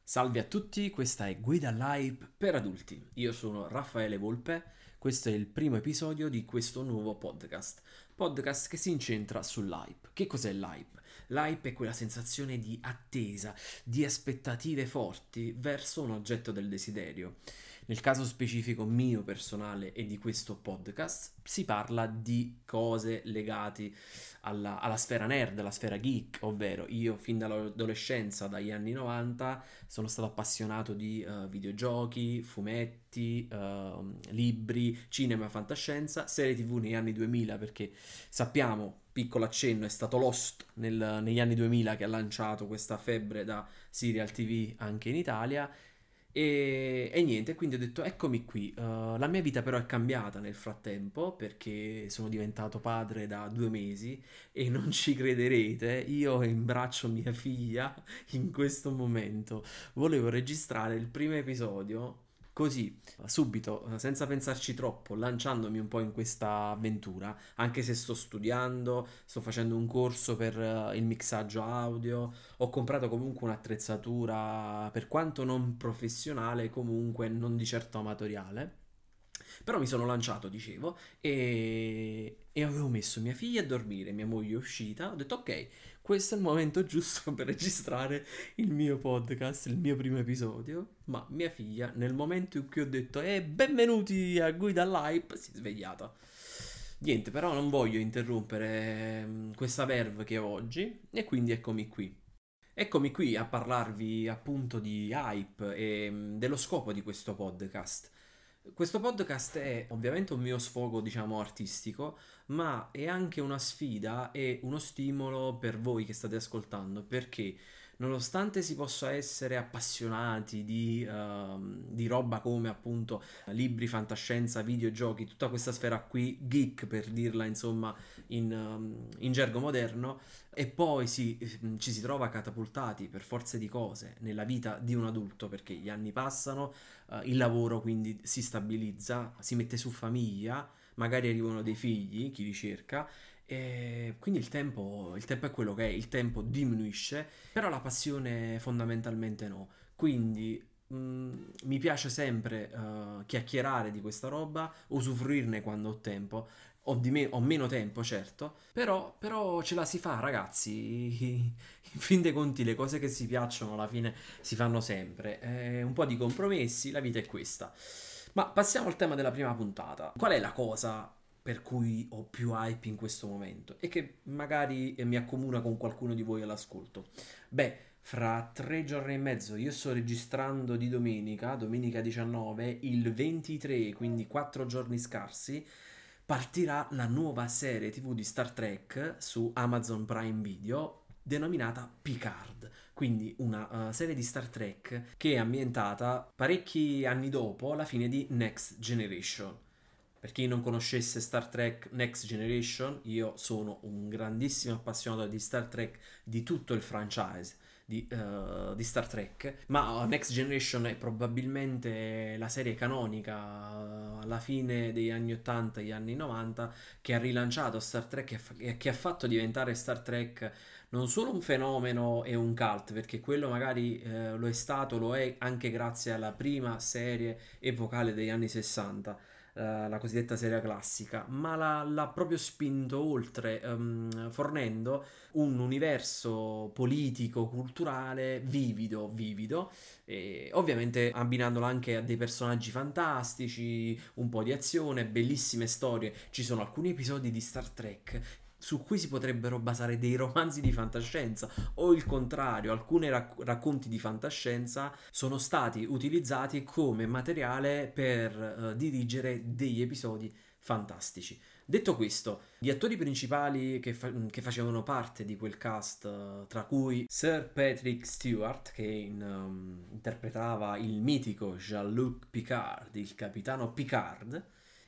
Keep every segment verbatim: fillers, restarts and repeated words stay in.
Salve a tutti, questa è Guida Live per adulti. Io sono Raffaele Volpe, questo è il primo episodio di questo nuovo podcast. Podcast che si incentra sull'hype. Che cos'è l'hype? L'hype è quella sensazione di attesa, di aspettative forti verso un oggetto del desiderio. Nel caso specifico mio personale e di questo podcast si parla di cose legate alla, alla sfera nerd, alla sfera geek, ovvero io fin dall'adolescenza, dagli anni novanta, sono stato appassionato di uh, videogiochi, fumetti, uh, libri, cinema, fantascienza, serie tv negli anni duemila, perché sappiamo, piccolo accenno, è stato Lost nel- negli anni duemila che ha lanciato questa febbre da serial tv anche in Italia. E, e niente, quindi ho detto eccomi qui. Uh, la mia vita però è cambiata nel frattempo perché sono diventato padre da due mesi e non ci crederete, io imbraccio mia figlia in questo momento. Volevo registrare il primo episodio così, subito, senza pensarci troppo, lanciandomi un po' in questa avventura, anche se sto studiando, sto facendo un corso per eh, il mixaggio audio, ho comprato comunque un'attrezzatura, per quanto non professionale, comunque non di certo amatoriale. Però mi sono lanciato, dicevo, e, e avevo messo mia figlia a dormire, mia moglie è uscita, ho detto ok, questo è il momento giusto per registrare il mio podcast, il mio primo episodio, ma mia figlia nel momento in cui ho detto eh, benvenuti a Guida Live si è svegliata. Niente, però non voglio interrompere mm, questa verve che ho oggi e quindi eccomi qui. Eccomi qui a parlarvi appunto di hype e mm, dello scopo di questo podcast. Questo podcast è ovviamente un mio sfogo, diciamo, artistico, ma è anche una sfida e uno stimolo per voi che state ascoltando, perché nonostante si possa essere appassionati di, ehm, di roba come appunto libri, fantascienza, videogiochi, tutta questa sfera qui, geek per dirla insomma in, ehm, in gergo moderno, e poi si- ci si trova catapultati per forza di cose nella vita di un adulto, perché gli anni passano, eh, il lavoro quindi si stabilizza, si mette su famiglia, magari arrivano dei figli, chi li cerca, e quindi il tempo, il tempo è quello che è, il tempo diminuisce, però la passione fondamentalmente no. Quindi mh, mi piace sempre eh, chiacchierare di questa roba, usufruirne quando ho tempo. Ho, di me- ho meno tempo, certo, però, però ce la si fa, ragazzi. In fin dei conti, le cose che si piacciono alla fine si fanno sempre. Eh, un po' di compromessi, la vita è questa. Ma passiamo al tema della prima puntata. Qual è la cosa per cui ho più hype in questo momento e che magari eh, mi accomuna con qualcuno di voi all'ascolto? Beh, fra tre giorni e mezzo, io sto registrando di domenica, domenica diciannove, il ventitré, quindi quattro giorni scarsi, partirà la nuova serie tv di Star Trek su Amazon Prime Video denominata Picard, quindi una uh, serie di Star Trek che è ambientata parecchi anni dopo la fine di Next Generation. Per chi non conoscesse Star Trek Next Generation, io sono un grandissimo appassionato di Star Trek, di tutto il franchise di, eh, di Star Trek, ma Next Generation è probabilmente la serie canonica eh, alla fine degli anni ottanta e gli anni novanta che ha rilanciato Star Trek e fa- e che ha fatto diventare Star Trek non solo un fenomeno e un cult, perché quello magari eh, lo è stato, lo è anche grazie alla prima serie epocale degli anni sessanta, eh, la cosiddetta serie classica, ma l'ha, l'ha proprio spinto oltre, ehm, fornendo un universo politico, culturale vivido, vivido, e ovviamente abbinandolo anche a dei personaggi fantastici, un po' di azione, bellissime storie. Ci sono alcuni episodi di Star Trek su cui si potrebbero basare dei romanzi di fantascienza o il contrario, alcuni rac- racconti di fantascienza sono stati utilizzati come materiale per eh, dirigere degli episodi fantastici. Detto questo, gli attori principali che, fa- che facevano parte di quel cast, eh, tra cui Sir Patrick Stewart, che in, um, interpretava il mitico Jean-Luc Picard, il capitano Picard,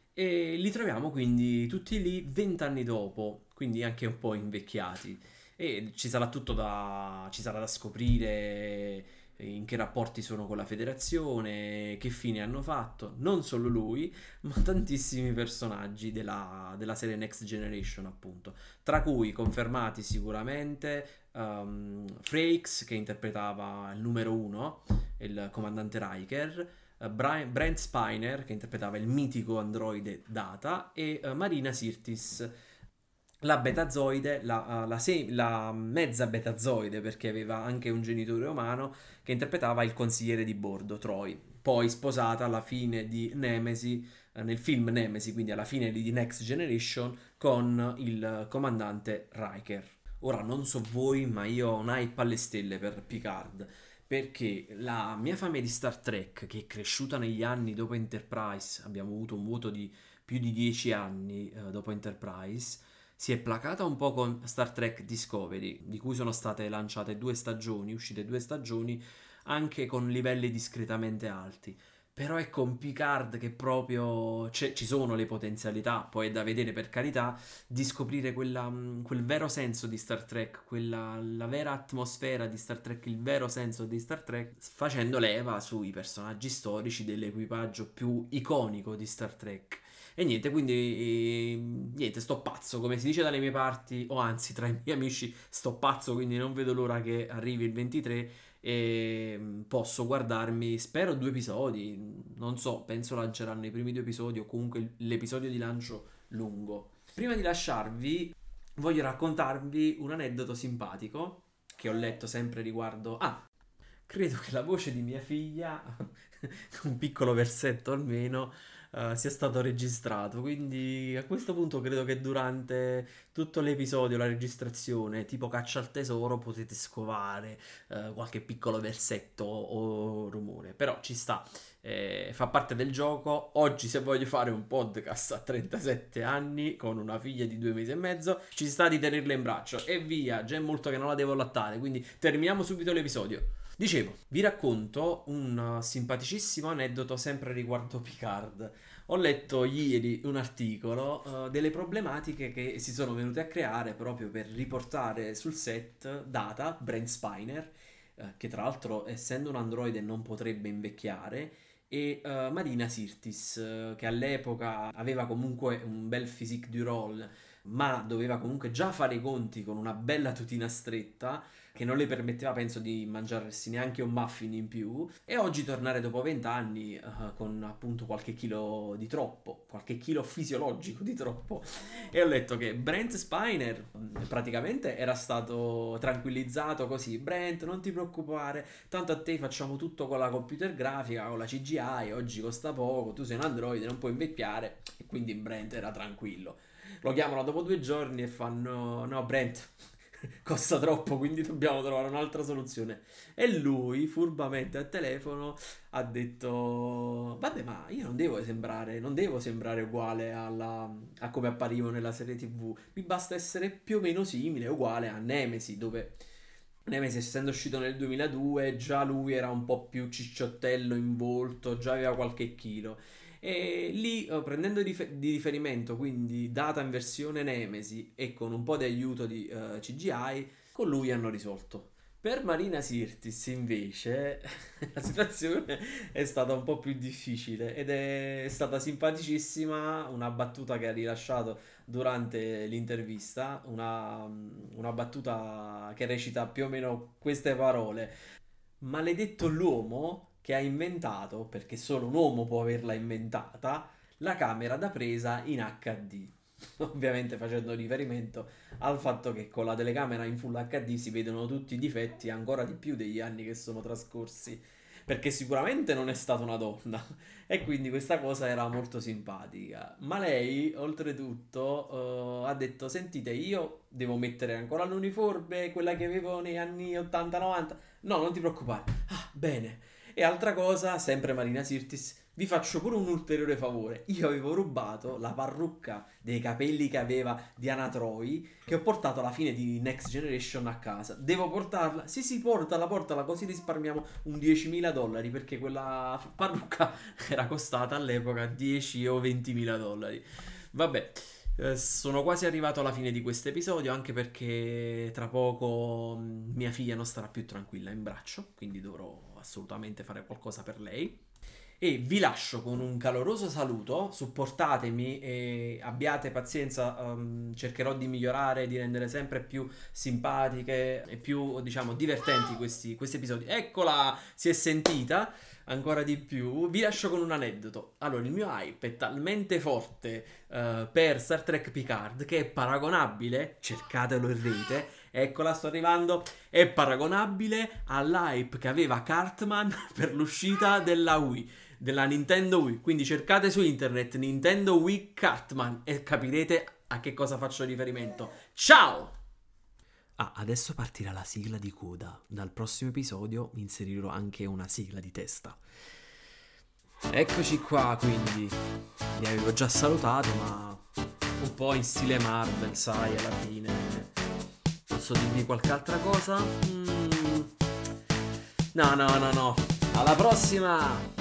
e li troviamo quindi tutti lì vent'anni dopo, quindi anche un po' invecchiati. E ci sarà tutto da, ci sarà da scoprire in che rapporti sono con la federazione, che fine hanno fatto. Non solo lui, ma tantissimi personaggi della, della serie Next Generation, appunto. Tra cui confermati sicuramente um, Frakes, che interpretava il numero uno, il comandante Riker, uh, Brian, Brent Spiner, che interpretava il mitico androide Data, e uh, Marina Sirtis, la betazoide, la, uh, la, se- la mezza betazoide, perché aveva anche un genitore umano, che interpretava il consigliere di bordo, Troy, poi sposata alla fine di Nemesi, eh, nel film Nemesi, quindi alla fine di Next Generation, con il comandante Riker. Ora non so voi, ma io ho un hype alle stelle per Picard, perché la mia fame di Star Trek, che è cresciuta negli anni dopo Enterprise, abbiamo avuto un vuoto di più di dieci anni eh, dopo Enterprise, si è placata un po' con Star Trek Discovery, di cui sono state lanciate due stagioni, uscite due stagioni, anche con livelli discretamente alti. Però è con Picard che proprio c'è- ci sono le potenzialità, poi è da vedere per carità, di scoprire quella, mh, quel vero senso di Star Trek, quella, la vera atmosfera di Star Trek, il vero senso di Star Trek, facendo leva sui personaggi storici dell'equipaggio più iconico di Star Trek. E niente, quindi eh, niente, sto pazzo, come si dice dalle mie parti, o anzi tra i miei amici, sto pazzo, quindi non vedo l'ora che arrivi il ventitré e mm, posso guardarmi, spero, due episodi, non so, penso lanceranno i primi due episodi o comunque l'episodio di lancio lungo. Prima di lasciarvi, voglio raccontarvi un aneddoto simpatico che ho letto sempre riguardo... Ah, credo che la voce di mia figlia, un piccolo versetto almeno, eh, sia stato registrato. Quindi a questo punto credo che durante tutto l'episodio, la registrazione, tipo caccia al tesoro, potete scovare eh, qualche piccolo versetto o rumore. Però ci sta, eh, fa parte del gioco. Oggi, se voglio fare un podcast a trentasette anni con una figlia di due mesi e mezzo, ci sta di tenerla in braccio. E via, già è molto che non la devo allattare. Quindi terminiamo subito l'episodio. Dicevo, vi racconto un simpaticissimo aneddoto sempre riguardo Picard. Ho letto ieri un articolo eh, delle problematiche che si sono venute a creare proprio per riportare sul set Data, Brent Spiner, eh, che tra l'altro essendo un androide non potrebbe invecchiare, e eh, Marina Sirtis, eh, che all'epoca aveva comunque un bel physique du rôle, ma doveva comunque già fare i conti con una bella tutina stretta che non le permetteva, penso, di mangiarsi neanche un muffin in più, e oggi tornare dopo vent'anni eh, con appunto qualche chilo di troppo, qualche chilo fisiologico di troppo. E ho letto che Brent Spiner mh, praticamente era stato tranquillizzato così: Brent, non ti preoccupare, tanto a te facciamo tutto con la computer grafica, con la C G I, oggi costa poco, tu sei un androide, non puoi invecchiare, e quindi Brent era tranquillo. Lo chiamano dopo due giorni e fanno: no, Brent, costa troppo, quindi dobbiamo trovare un'altra soluzione. E lui, furbamente al telefono, ha detto: vabbè, ma io non devo sembrare, non devo sembrare uguale alla- a come apparivo nella serie T V. Mi basta essere più o meno simile, uguale a Nemesi, dove Nemesi, essendo uscito nel duemiladue, già lui era un po' più cicciottello in volto, già aveva qualche chilo. E lì, eh, prendendo di, rife- di riferimento, quindi data in versione Nemesi e con un po' di aiuto di eh, C G I, con lui hanno risolto. Per Marina Sirtis, invece, la situazione è stata un po' più difficile ed è stata simpaticissima una battuta che ha rilasciato durante l'intervista, una, una battuta che recita più o meno queste parole: maledetto l'uomo che ha inventato, perché solo un uomo può averla inventata, la camera da presa in H D. Ovviamente facendo riferimento al fatto che con la telecamera in Full H D si vedono tutti i difetti ancora di più degli anni che sono trascorsi, perché sicuramente non è stata una donna e quindi questa cosa era molto simpatica. Ma lei, oltretutto, eh, ha detto: sentite, io devo mettere ancora l'uniforme, quella che avevo negli anni ottanta novanta. No, non ti preoccupare. Ah, bene. E altra cosa, sempre Marina Sirtis, vi faccio pure un ulteriore favore. Io avevo rubato la parrucca dei capelli che aveva Diana Troy, che ho portato alla fine di Next Generation a casa. Devo portarla? Sì, sì, portala, portala, così risparmiamo un diecimila dollari, perché quella parrucca era costata all'epoca dieci o ventimila dollari. Vabbè. Eh, sono quasi arrivato alla fine di questo episodio, anche perché tra poco mh, mia figlia non starà più tranquilla in braccio, quindi dovrò assolutamente fare qualcosa per lei. E vi lascio con un caloroso saluto, supportatemi e abbiate pazienza, ehm, cercherò di migliorare, di rendere sempre più simpatiche e più, diciamo, divertenti questi, questi episodi. Eccola, si è sentita ancora di più. Vi lascio con un aneddoto. Allora, il mio hype è talmente forte eh, per Star Trek Picard che è paragonabile, cercatelo in rete, eccola, sto arrivando, è paragonabile all'hype che aveva Cartman per l'uscita della Wii, della Nintendo Wii. Quindi cercate su internet Nintendo Wii Cartman e capirete a che cosa faccio riferimento. Ciao! Ah, adesso partirà la sigla di coda. Dal prossimo episodio inserirò anche una sigla di testa. Eccoci qua, quindi. Vi avevo già salutato, ma un po' in stile Marvel, sai, alla fine. Posso dirvi qualche altra cosa? Mm. No, no, no, no. Alla prossima!